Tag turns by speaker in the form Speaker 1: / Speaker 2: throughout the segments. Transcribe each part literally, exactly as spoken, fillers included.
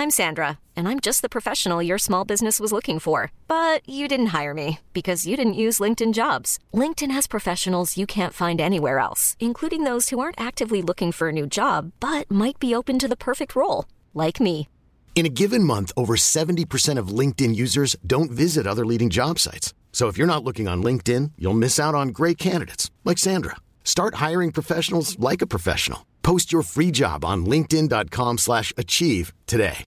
Speaker 1: I'm Sandra, and I'm just the professional your small business was looking for. But you didn't hire me because you didn't use LinkedIn Jobs. LinkedIn has professionals you can't find anywhere else, including those who aren't actively looking for a new job, but might be open to the perfect role, like me.
Speaker 2: In a given month, over seventy percent of LinkedIn users don't visit other leading job sites. So if you're not looking on LinkedIn, you'll miss out on great candidates like Sandra. Start hiring professionals like a professional. Post your free job on linkedin.com slash achieve today.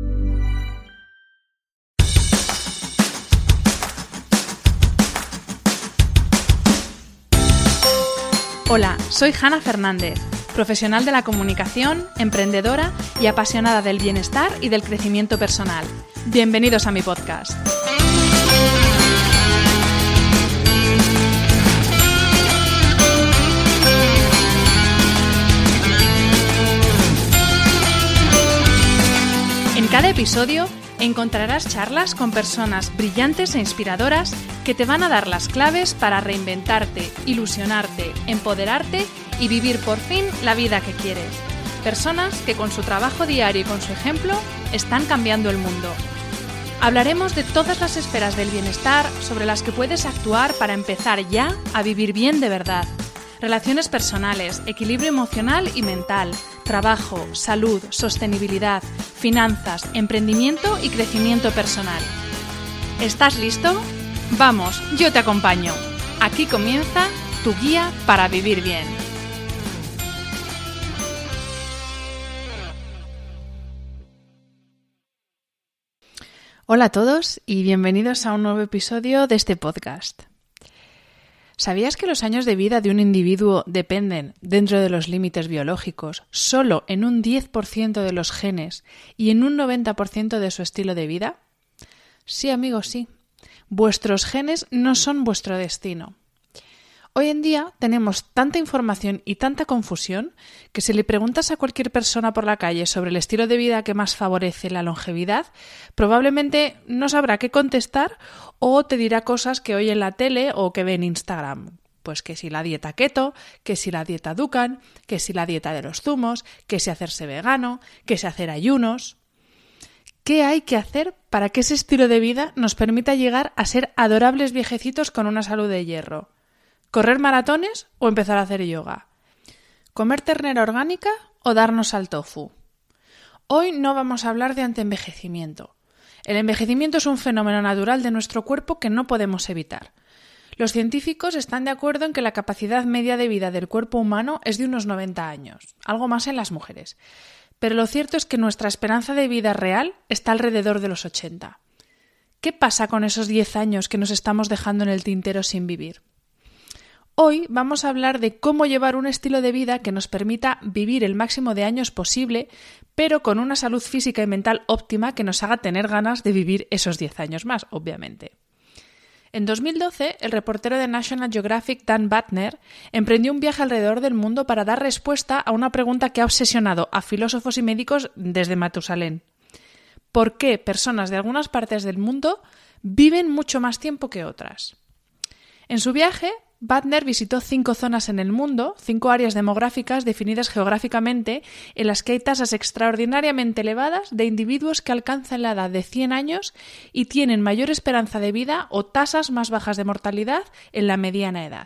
Speaker 3: Hola, soy Hanna Fernández, profesional de la comunicación, emprendedora y apasionada del bienestar y del crecimiento personal. Bienvenidos a mi podcast. En cada episodio encontrarás charlas con personas brillantes e inspiradoras que te van a dar las claves para reinventarte, ilusionarte, empoderarte y vivir por fin la vida que quieres. Personas que con su trabajo diario y con su ejemplo están cambiando el mundo. Hablaremos de todas las esferas del bienestar sobre las que puedes actuar para empezar ya a vivir bien de verdad. Relaciones personales, equilibrio emocional y mental, trabajo, salud, sostenibilidad, finanzas, emprendimiento y crecimiento personal. ¿Estás listo? Vamos, yo te acompaño. Aquí comienza tu guía para vivir bien. Hola a todos y bienvenidos a un nuevo episodio de este podcast. ¿Sabías que los años de vida de un individuo dependen, dentro de los límites biológicos, solo en un diez por ciento de los genes y en un noventa por ciento de su estilo de vida? Sí, amigos, sí. Vuestros genes no son vuestro destino. Hoy en día tenemos tanta información y tanta confusión que si le preguntas a cualquier persona por la calle sobre el estilo de vida que más favorece la longevidad, probablemente no sabrá qué contestar o te dirá cosas que oye en la tele o que ve en Instagram. Pues que si la dieta keto, que si la dieta Dukan, que si la dieta de los zumos, que si hacerse vegano, que si hacer ayunos. ¿Qué hay que hacer para que ese estilo de vida nos permita llegar a ser adorables viejecitos con una salud de hierro? ¿Correr maratones o empezar a hacer yoga? ¿Comer ternera orgánica o darnos al tofu? Hoy no vamos a hablar de antienvejecimiento. El envejecimiento es un fenómeno natural de nuestro cuerpo que no podemos evitar. Los científicos están de acuerdo en que la capacidad media de vida del cuerpo humano es de unos noventa años, algo más en las mujeres. Pero lo cierto es que nuestra esperanza de vida real está alrededor de los ochenta. ¿Qué pasa con esos diez años que nos estamos dejando en el tintero sin vivir? Hoy vamos a hablar de cómo llevar un estilo de vida que nos permita vivir el máximo de años posible, pero con una salud física y mental óptima que nos haga tener ganas de vivir esos diez años más, obviamente. En dos mil doce, el reportero de National Geographic Dan Buettner emprendió un viaje alrededor del mundo para dar respuesta a una pregunta que ha obsesionado a filósofos y médicos desde Matusalén. ¿Por qué personas de algunas partes del mundo viven mucho más tiempo que otras? En su viaje, Buettner visitó cinco zonas en el mundo, cinco áreas demográficas definidas geográficamente, en las que hay tasas extraordinariamente elevadas de individuos que alcanzan la edad de cien años y tienen mayor esperanza de vida o tasas más bajas de mortalidad en la mediana edad.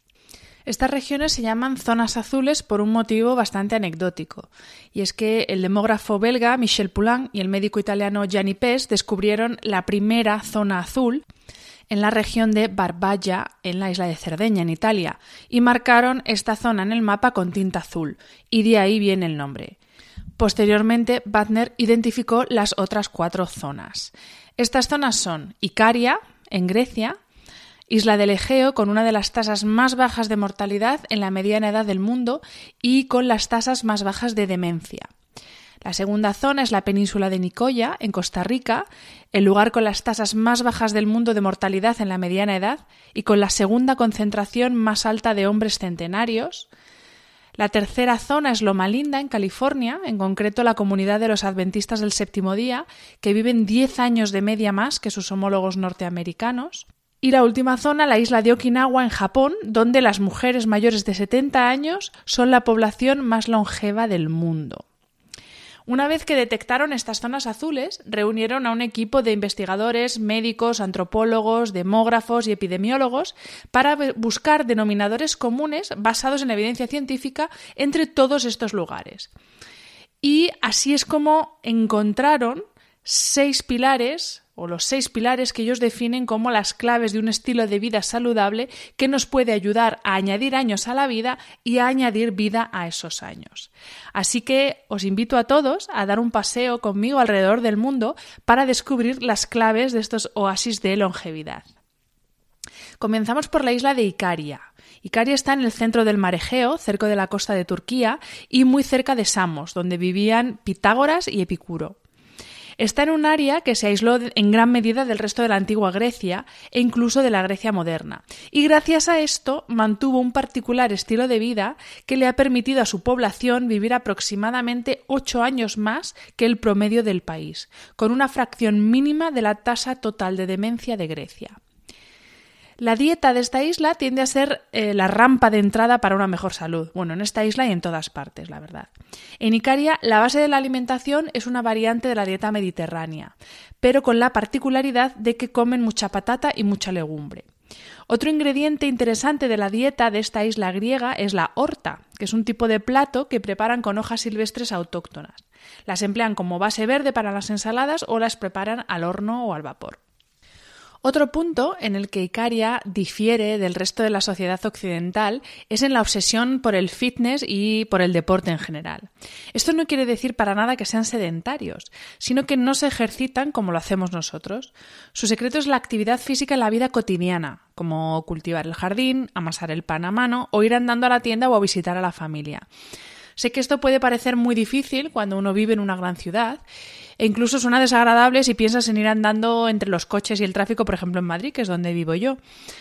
Speaker 3: Estas regiones se llaman zonas azules por un motivo bastante anecdótico, y es que el demógrafo belga Michel Poullain y el médico italiano Gianni Pes descubrieron la primera zona azul en la región de Barbaggia, en la isla de Cerdeña, en Italia, y marcaron esta zona en el mapa con tinta azul, y de ahí viene el nombre. Posteriormente, Buettner identificó las otras cuatro zonas. Estas zonas son Icaria, en Grecia, Isla del Egeo, con una de las tasas más bajas de mortalidad en la mediana edad del mundo y con las tasas más bajas de demencia. La segunda zona es la península de Nicoya, en Costa Rica, el lugar con las tasas más bajas del mundo de mortalidad en la mediana edad y con la segunda concentración más alta de hombres centenarios. La tercera zona es Loma Linda, en California, en concreto la comunidad de los adventistas del séptimo día, que viven diez años de media más que sus homólogos norteamericanos. Y la última zona, la isla de Okinawa, en Japón, donde las mujeres mayores de setenta años son la población más longeva del mundo. Una vez que detectaron estas zonas azules, reunieron a un equipo de investigadores, médicos, antropólogos, demógrafos y epidemiólogos para buscar denominadores comunes basados en evidencia científica entre todos estos lugares. Y así es como encontraron seis pilares, o los seis pilares que ellos definen como las claves de un estilo de vida saludable que nos puede ayudar a añadir años a la vida y a añadir vida a esos años. Así que os invito a todos a dar un paseo conmigo alrededor del mundo para descubrir las claves de estos oasis de longevidad. Comenzamos por la isla de Ikaria. Ikaria está en el centro del mar Egeo, cerca de la costa de Turquía y muy cerca de Samos, donde vivían Pitágoras y Epicuro. Está en un área que se aisló en gran medida del resto de la antigua Grecia e incluso de la Grecia moderna. Y gracias a esto mantuvo un particular estilo de vida que le ha permitido a su población vivir aproximadamente ocho años más que el promedio del país, con una fracción mínima de la tasa total de demencia de Grecia. La dieta de esta isla tiende a ser eh, la rampa de entrada para una mejor salud. Bueno, en esta isla y en todas partes, la verdad. En Ikaria, la base de la alimentación es una variante de la dieta mediterránea, pero con la particularidad de que comen mucha patata y mucha legumbre. Otro ingrediente interesante de la dieta de esta isla griega es la horta, que es un tipo de plato que preparan con hojas silvestres autóctonas. Las emplean como base verde para las ensaladas o las preparan al horno o al vapor. Otro punto en el que Ikaria difiere del resto de la sociedad occidental es en la obsesión por el fitness y por el deporte en general. Esto no quiere decir para nada que sean sedentarios, sino que no se ejercitan como lo hacemos nosotros. Su secreto es la actividad física en la vida cotidiana, como cultivar el jardín, amasar el pan a mano o ir andando a la tienda o a visitar a la familia. Sé que esto puede parecer muy difícil cuando uno vive en una gran ciudad e incluso suena desagradable si piensas en ir andando entre los coches y el tráfico, por ejemplo en Madrid, que es donde vivo yo.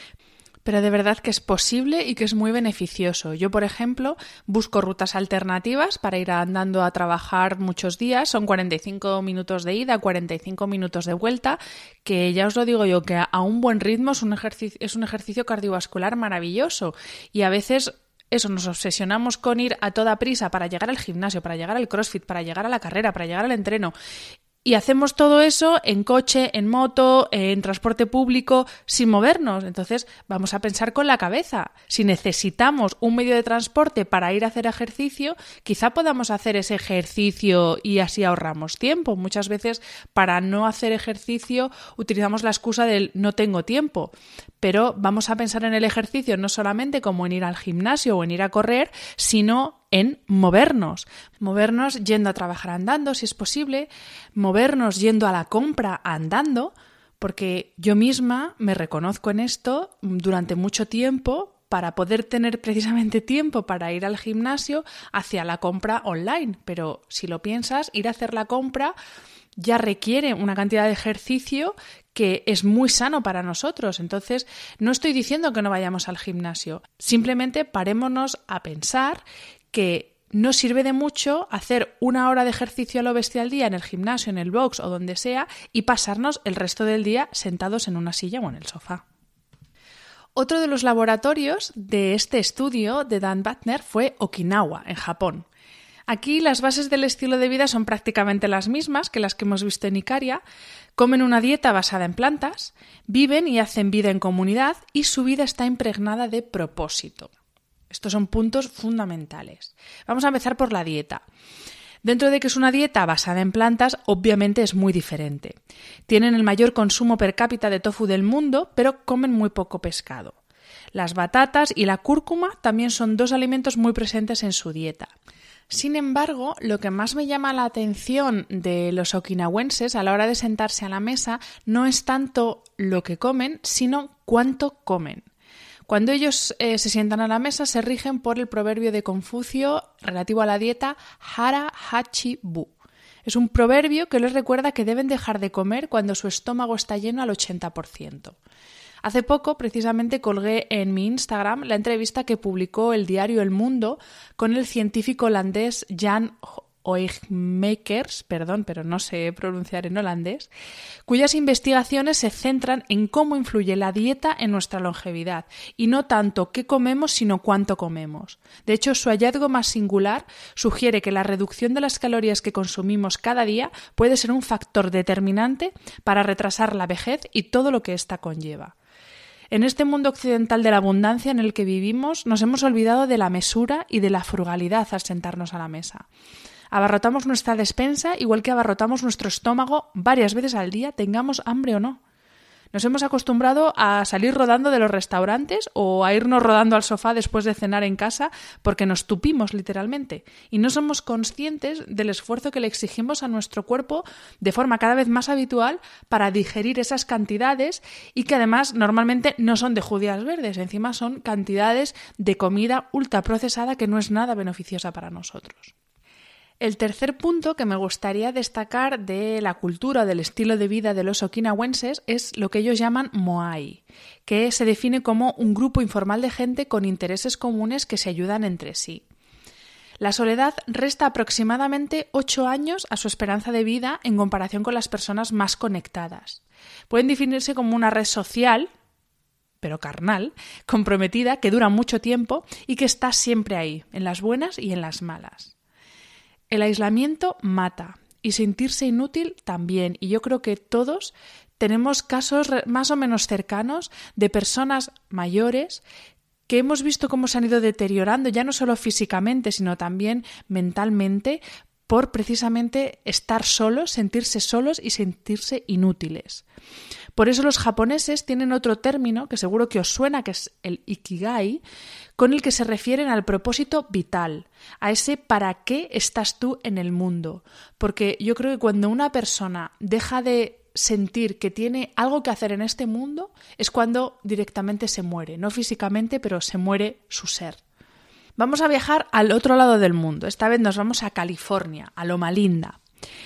Speaker 3: Pero de verdad que es posible y que es muy beneficioso. Yo, por ejemplo, busco rutas alternativas para ir andando a trabajar muchos días. Son cuarenta y cinco minutos de ida, cuarenta y cinco minutos de vuelta, que ya os lo digo yo, que a un buen ritmo es un ejercicio, es un ejercicio cardiovascular maravilloso. Y a veces eso, nos obsesionamos con ir a toda prisa para llegar al gimnasio, para llegar al CrossFit, para llegar a la carrera, para llegar al entreno. Y hacemos todo eso en coche, en moto, en transporte público, sin movernos. Entonces vamos a pensar con la cabeza. Si necesitamos un medio de transporte para ir a hacer ejercicio, quizá podamos hacer ese ejercicio y así ahorramos tiempo. Muchas veces para no hacer ejercicio utilizamos la excusa del no tengo tiempo. Pero vamos a pensar en el ejercicio no solamente como en ir al gimnasio o en ir a correr, sino en movernos. Movernos yendo a trabajar andando, si es posible, movernos yendo a la compra andando, porque yo misma me reconozco en esto durante mucho tiempo para poder tener precisamente tiempo para ir al gimnasio hacia la compra online. Pero si lo piensas, ir a hacer la compra ya requiere una cantidad de ejercicio que es muy sano para nosotros. Entonces, no estoy diciendo que no vayamos al gimnasio. Simplemente parémonos a pensar que no sirve de mucho hacer una hora de ejercicio a lo bestia al día en el gimnasio, en el box o donde sea y pasarnos el resto del día sentados en una silla o en el sofá. Otro de los laboratorios de este estudio de Dan Buettner fue Okinawa, en Japón. Aquí las bases del estilo de vida son prácticamente las mismas que las que hemos visto en Ikaria. Comen una dieta basada en plantas, viven y hacen vida en comunidad y su vida está impregnada de propósito. Estos son puntos fundamentales. Vamos a empezar por la dieta. Dentro de que es una dieta basada en plantas, obviamente es muy diferente. Tienen el mayor consumo per cápita de tofu del mundo, pero comen muy poco pescado. Las batatas y la cúrcuma también son dos alimentos muy presentes en su dieta. Sin embargo, lo que más me llama la atención de los okinawenses a la hora de sentarse a la mesa no es tanto lo que comen, sino cuánto comen. Cuando ellos eh, se sientan a la mesa se rigen por el proverbio de Confucio relativo a la dieta Hara Hachi Bu. Es un proverbio que les recuerda que deben dejar de comer cuando su estómago está lleno al ochenta por ciento. Hace poco, precisamente, colgué en mi Instagram la entrevista que publicó el diario El Mundo con el científico holandés Jan Oegmakers, perdón, pero no sé pronunciar en holandés, cuyas investigaciones se centran en cómo influye la dieta en nuestra longevidad y no tanto qué comemos, sino cuánto comemos. De hecho, su hallazgo más singular sugiere que la reducción de las calorías que consumimos cada día puede ser un factor determinante para retrasar la vejez y todo lo que ésta conlleva. En este mundo occidental de la abundancia en el que vivimos, nos hemos olvidado de la mesura y de la frugalidad al sentarnos a la mesa. Abarrotamos nuestra despensa igual que abarrotamos nuestro estómago varias veces al día, tengamos hambre o no. Nos hemos acostumbrado a salir rodando de los restaurantes o a irnos rodando al sofá después de cenar en casa porque nos tupimos literalmente y no somos conscientes del esfuerzo que le exigimos a nuestro cuerpo de forma cada vez más habitual para digerir esas cantidades y que además normalmente no son de judías verdes, encima son cantidades de comida ultraprocesada que no es nada beneficiosa para nosotros. El tercer punto que me gustaría destacar de la cultura o del estilo de vida de los okinawenses es lo que ellos llaman moai, que se define como un grupo informal de gente con intereses comunes que se ayudan entre sí. La soledad resta aproximadamente ocho años a su esperanza de vida en comparación con las personas más conectadas. Pueden definirse como una red social, pero carnal, comprometida, que dura mucho tiempo y que está siempre ahí, en las buenas y en las malas. El aislamiento mata y sentirse inútil también. Y yo creo que todos tenemos casos más o menos cercanos de personas mayores que hemos visto cómo se han ido deteriorando, ya no solo físicamente, sino también mentalmente, por precisamente estar solos, sentirse solos y sentirse inútiles. Por eso los japoneses tienen otro término que seguro que os suena, que es el ikigai, con el que se refieren al propósito vital, a ese para qué estás tú en el mundo. Porque yo creo que cuando una persona deja de sentir que tiene algo que hacer en este mundo, es cuando directamente se muere, no físicamente, pero se muere su ser. Vamos a viajar al otro lado del mundo. Esta vez nos vamos a California, a Loma Linda.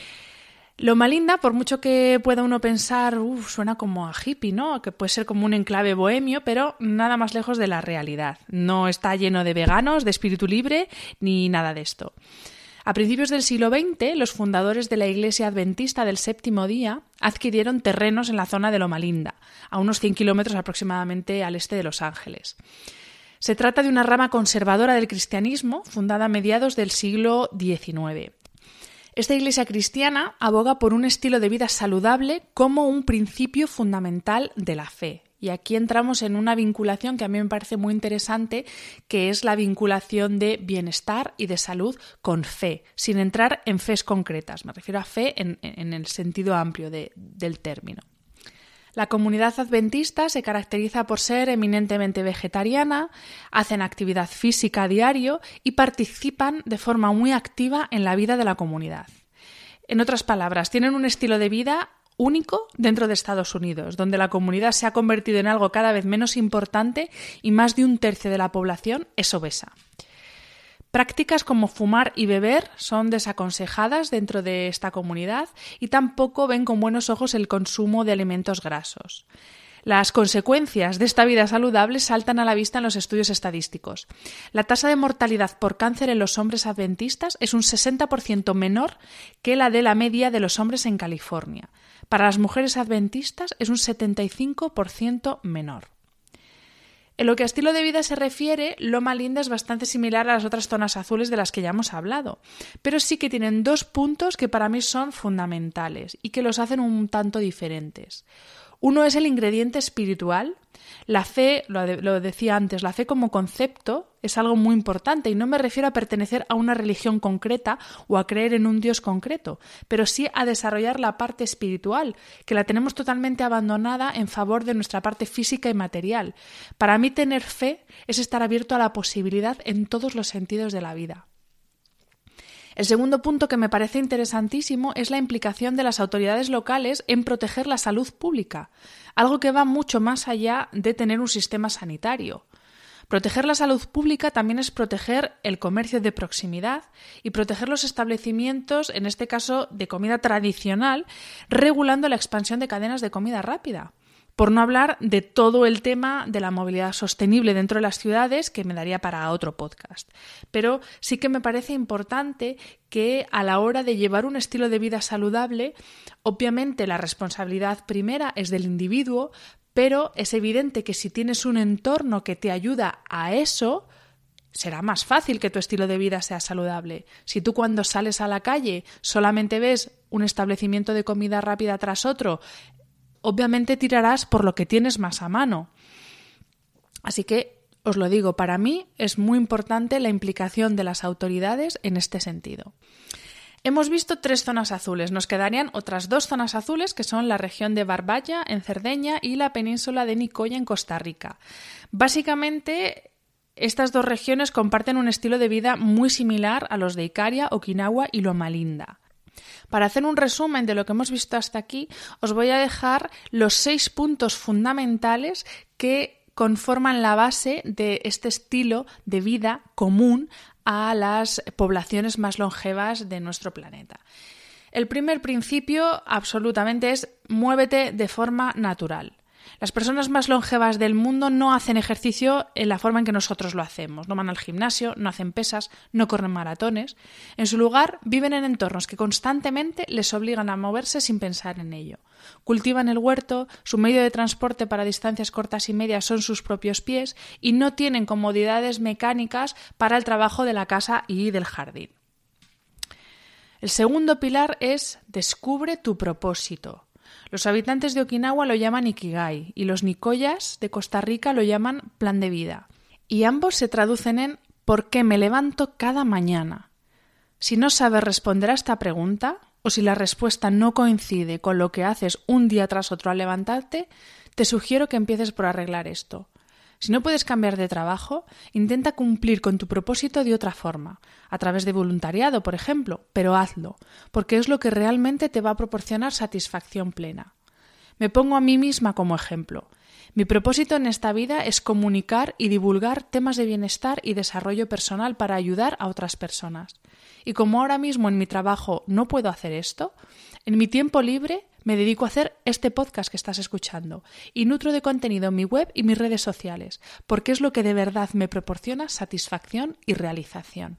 Speaker 3: Loma Linda, por mucho que pueda uno pensar, uff, suena como a hippie, ¿no? Que puede ser como un enclave bohemio, pero nada más lejos de la realidad. No está lleno de veganos, de espíritu libre, ni nada de esto. A principios del siglo veinte, los fundadores de la Iglesia Adventista del Séptimo Día adquirieron terrenos en la zona de Loma Linda, a unos cien kilómetros aproximadamente al este de Los Ángeles. Se trata de una rama conservadora del cristianismo fundada a mediados del siglo diecinueve. Esta iglesia cristiana aboga por un estilo de vida saludable como un principio fundamental de la fe. Y aquí entramos en una vinculación que a mí me parece muy interesante, que es la vinculación de bienestar y de salud con fe, sin entrar en fes concretas. Me refiero a fe en, en el sentido amplio de, del término. La comunidad adventista se caracteriza por ser eminentemente vegetariana, hacen actividad física a diario y participan de forma muy activa en la vida de la comunidad. En otras palabras, tienen un estilo de vida único dentro de Estados Unidos, donde la comunidad se ha convertido en algo cada vez menos importante y más de un tercio de la población es obesa. Prácticas como fumar y beber son desaconsejadas dentro de esta comunidad y tampoco ven con buenos ojos el consumo de alimentos grasos. Las consecuencias de esta vida saludable saltan a la vista en los estudios estadísticos. La tasa de mortalidad por cáncer en los hombres adventistas es un sesenta por ciento menor que la de la media de los hombres en California. Para las mujeres adventistas es un setenta y cinco por ciento menor. En lo que a estilo de vida se refiere, Loma Linda es bastante similar a las otras zonas azules de las que ya hemos hablado, pero sí que tienen dos puntos que para mí son fundamentales y que los hacen un tanto diferentes. Uno es el ingrediente espiritual. La fe, lo, de, lo decía antes, la fe como concepto es algo muy importante y no me refiero a pertenecer a una religión concreta o a creer en un Dios concreto, pero sí a desarrollar la parte espiritual, que la tenemos totalmente abandonada en favor de nuestra parte física y material. Para mí tener fe es estar abierto a la posibilidad en todos los sentidos de la vida. El segundo punto que me parece interesantísimo es la implicación de las autoridades locales en proteger la salud pública, algo que va mucho más allá de tener un sistema sanitario. Proteger la salud pública también es proteger el comercio de proximidad y proteger los establecimientos, en este caso de comida tradicional, regulando la expansión de cadenas de comida rápida. Por no hablar de todo el tema de la movilidad sostenible dentro de las ciudades, que me daría para otro podcast. Pero sí que me parece importante que a la hora de llevar un estilo de vida saludable, obviamente la responsabilidad primera es del individuo, pero es evidente que si tienes un entorno que te ayuda a eso, será más fácil que tu estilo de vida sea saludable. Si tú cuando sales a la calle solamente ves un establecimiento de comida rápida tras otro, obviamente tirarás por lo que tienes más a mano. Así que, os lo digo, para mí es muy importante la implicación de las autoridades en este sentido. Hemos visto tres zonas azules, nos quedarían otras dos zonas azules que son la región de Barbaya en Cerdeña y la península de Nicoya en Costa Rica. Básicamente, estas dos regiones comparten un estilo de vida muy similar a los de Ikaria, Okinawa y Loma Linda. Para hacer un resumen de lo que hemos visto hasta aquí, os voy a dejar los seis puntos fundamentales que conforman la base de este estilo de vida común a las poblaciones más longevas de nuestro planeta. El primer principio absolutamente es muévete de forma natural. Las personas más longevas del mundo no hacen ejercicio en la forma en que nosotros lo hacemos. No van al gimnasio, no hacen pesas, no corren maratones. En su lugar, viven en entornos que constantemente les obligan a moverse sin pensar en ello. Cultivan el huerto, su medio de transporte para distancias cortas y medias son sus propios pies y no tienen comodidades mecánicas para el trabajo de la casa y del jardín. El segundo pilar es descubre tu propósito. Los habitantes de Okinawa lo llaman Ikigai y los Nicoyas de Costa Rica lo llaman plan de vida. Y ambos se traducen en ¿por qué me levanto cada mañana? Si no sabes responder a esta pregunta, o si la respuesta no coincide con lo que haces un día tras otro al levantarte, te sugiero que empieces por arreglar esto. Si no puedes cambiar de trabajo, intenta cumplir con tu propósito de otra forma, a través de voluntariado, por ejemplo, pero hazlo, porque es lo que realmente te va a proporcionar satisfacción plena. Me pongo a mí misma como ejemplo. Mi propósito en esta vida es comunicar y divulgar temas de bienestar y desarrollo personal para ayudar a otras personas. Y como ahora mismo en mi trabajo no puedo hacer esto, en mi tiempo libre me dedico a hacer este podcast que estás escuchando y nutro de contenido en mi web y mis redes sociales, porque es lo que de verdad me proporciona satisfacción y realización.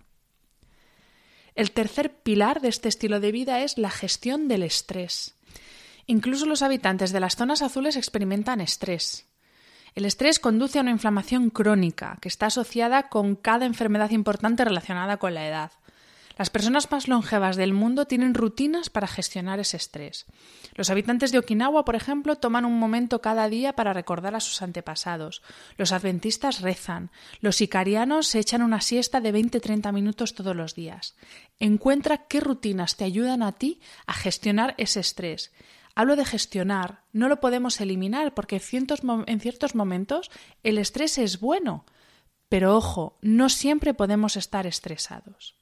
Speaker 3: El tercer pilar de este estilo de vida es la gestión del estrés. Incluso los habitantes de las zonas azules experimentan estrés. El estrés conduce a una inflamación crónica que está asociada con cada enfermedad importante relacionada con la edad. Las personas más longevas del mundo tienen rutinas para gestionar ese estrés. Los habitantes de Okinawa, por ejemplo, toman un momento cada día para recordar a sus antepasados. Los adventistas rezan. Los icarianos se echan una siesta de veinte a treinta minutos todos los días. Encuentra qué rutinas te ayudan a ti a gestionar ese estrés. Hablo de gestionar, no lo podemos eliminar porque en ciertos, en ciertos momentos el estrés es bueno. Pero ojo, no siempre podemos estar estresados.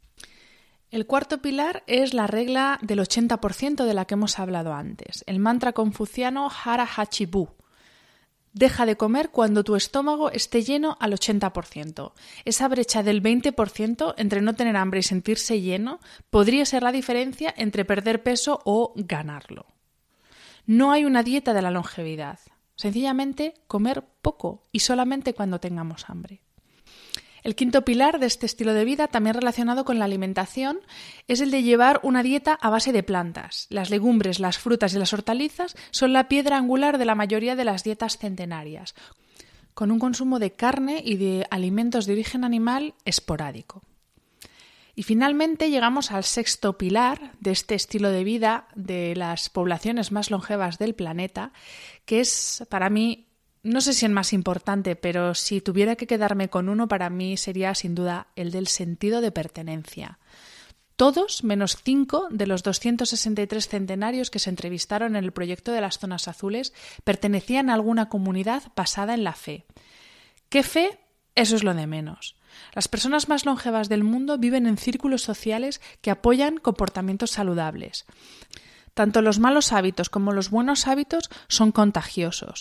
Speaker 3: El cuarto pilar es la regla del ochenta por ciento de la que hemos hablado antes, el mantra confuciano Hara Hachi Bu. Deja de comer cuando tu estómago esté lleno al ochenta por ciento. Esa brecha del veinte por ciento entre no tener hambre y sentirse lleno podría ser la diferencia entre perder peso o ganarlo. No hay una dieta de la longevidad, sencillamente comer poco y solamente cuando tengamos hambre. El quinto pilar de este estilo de vida, también relacionado con la alimentación, es el de llevar una dieta a base de plantas. Las legumbres, las frutas y las hortalizas son la piedra angular de la mayoría de las dietas centenarias, con un consumo de carne y de alimentos de origen animal esporádico. Y finalmente llegamos al sexto pilar de este estilo de vida de las poblaciones más longevas del planeta, que es para mí, no sé si el más importante, pero si tuviera que quedarme con uno, para mí sería sin duda el del sentido de pertenencia. Todos, menos cinco de los doscientos sesenta y tres centenarios que se entrevistaron en el proyecto de las zonas azules, pertenecían a alguna comunidad basada en la fe. ¿Qué fe? Eso es lo de menos. Las personas más longevas del mundo viven en círculos sociales que apoyan comportamientos saludables. Tanto los malos hábitos como los buenos hábitos son contagiosos.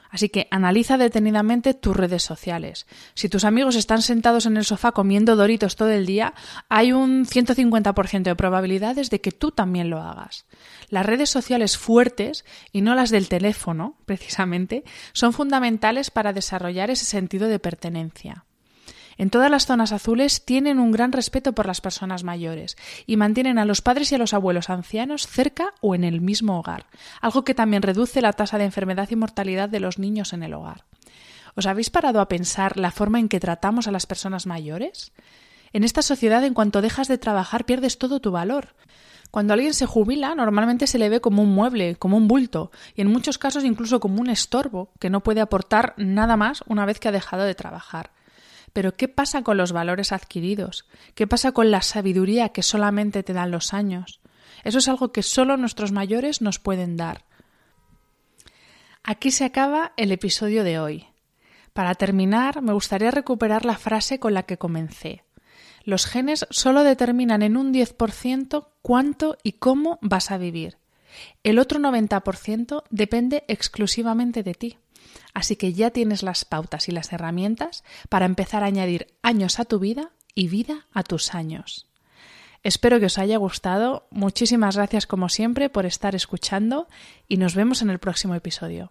Speaker 3: Así que analiza detenidamente tus redes sociales. Si tus amigos están sentados en el sofá comiendo Doritos todo el día, hay un ciento cincuenta por ciento de probabilidades de que tú también lo hagas. Las redes sociales fuertes, y no las del teléfono, precisamente, son fundamentales para desarrollar ese sentido de pertenencia. En todas las zonas azules tienen un gran respeto por las personas mayores y mantienen a los padres y a los abuelos ancianos cerca o en el mismo hogar, algo que también reduce la tasa de enfermedad y mortalidad de los niños en el hogar. ¿Os habéis parado a pensar la forma en que tratamos a las personas mayores? En esta sociedad, en cuanto dejas de trabajar, pierdes todo tu valor. Cuando alguien se jubila, normalmente se le ve como un mueble, como un bulto, y en muchos casos incluso como un estorbo, que no puede aportar nada más una vez que ha dejado de trabajar. Pero ¿qué pasa con los valores adquiridos? ¿Qué pasa con la sabiduría que solamente te dan los años? Eso es algo que solo nuestros mayores nos pueden dar. Aquí se acaba el episodio de hoy. Para terminar, me gustaría recuperar la frase con la que comencé. Los genes solo determinan en un diez por ciento cuánto y cómo vas a vivir. El otro noventa por ciento depende exclusivamente de ti. Así que ya tienes las pautas y las herramientas para empezar a añadir años a tu vida y vida a tus años. Espero que os haya gustado. Muchísimas gracias como siempre por estar escuchando y nos vemos en el próximo episodio.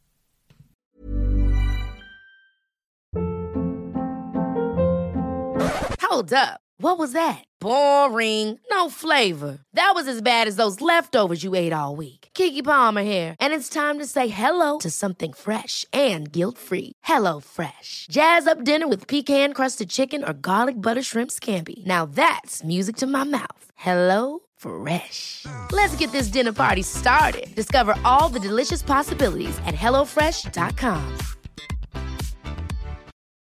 Speaker 4: Hold up. What was that? Boring. No flavor. That was as bad as those leftovers you ate all week. Keke Palmer here, and it's time to say hello to something fresh and guilt-free. Hello Fresh. Jazz up dinner with pecan-crusted chicken or garlic butter shrimp scampi. Now that's music to my mouth. Hello Fresh. Let's get this dinner party started. Discover all the delicious possibilities at hello fresh dot com.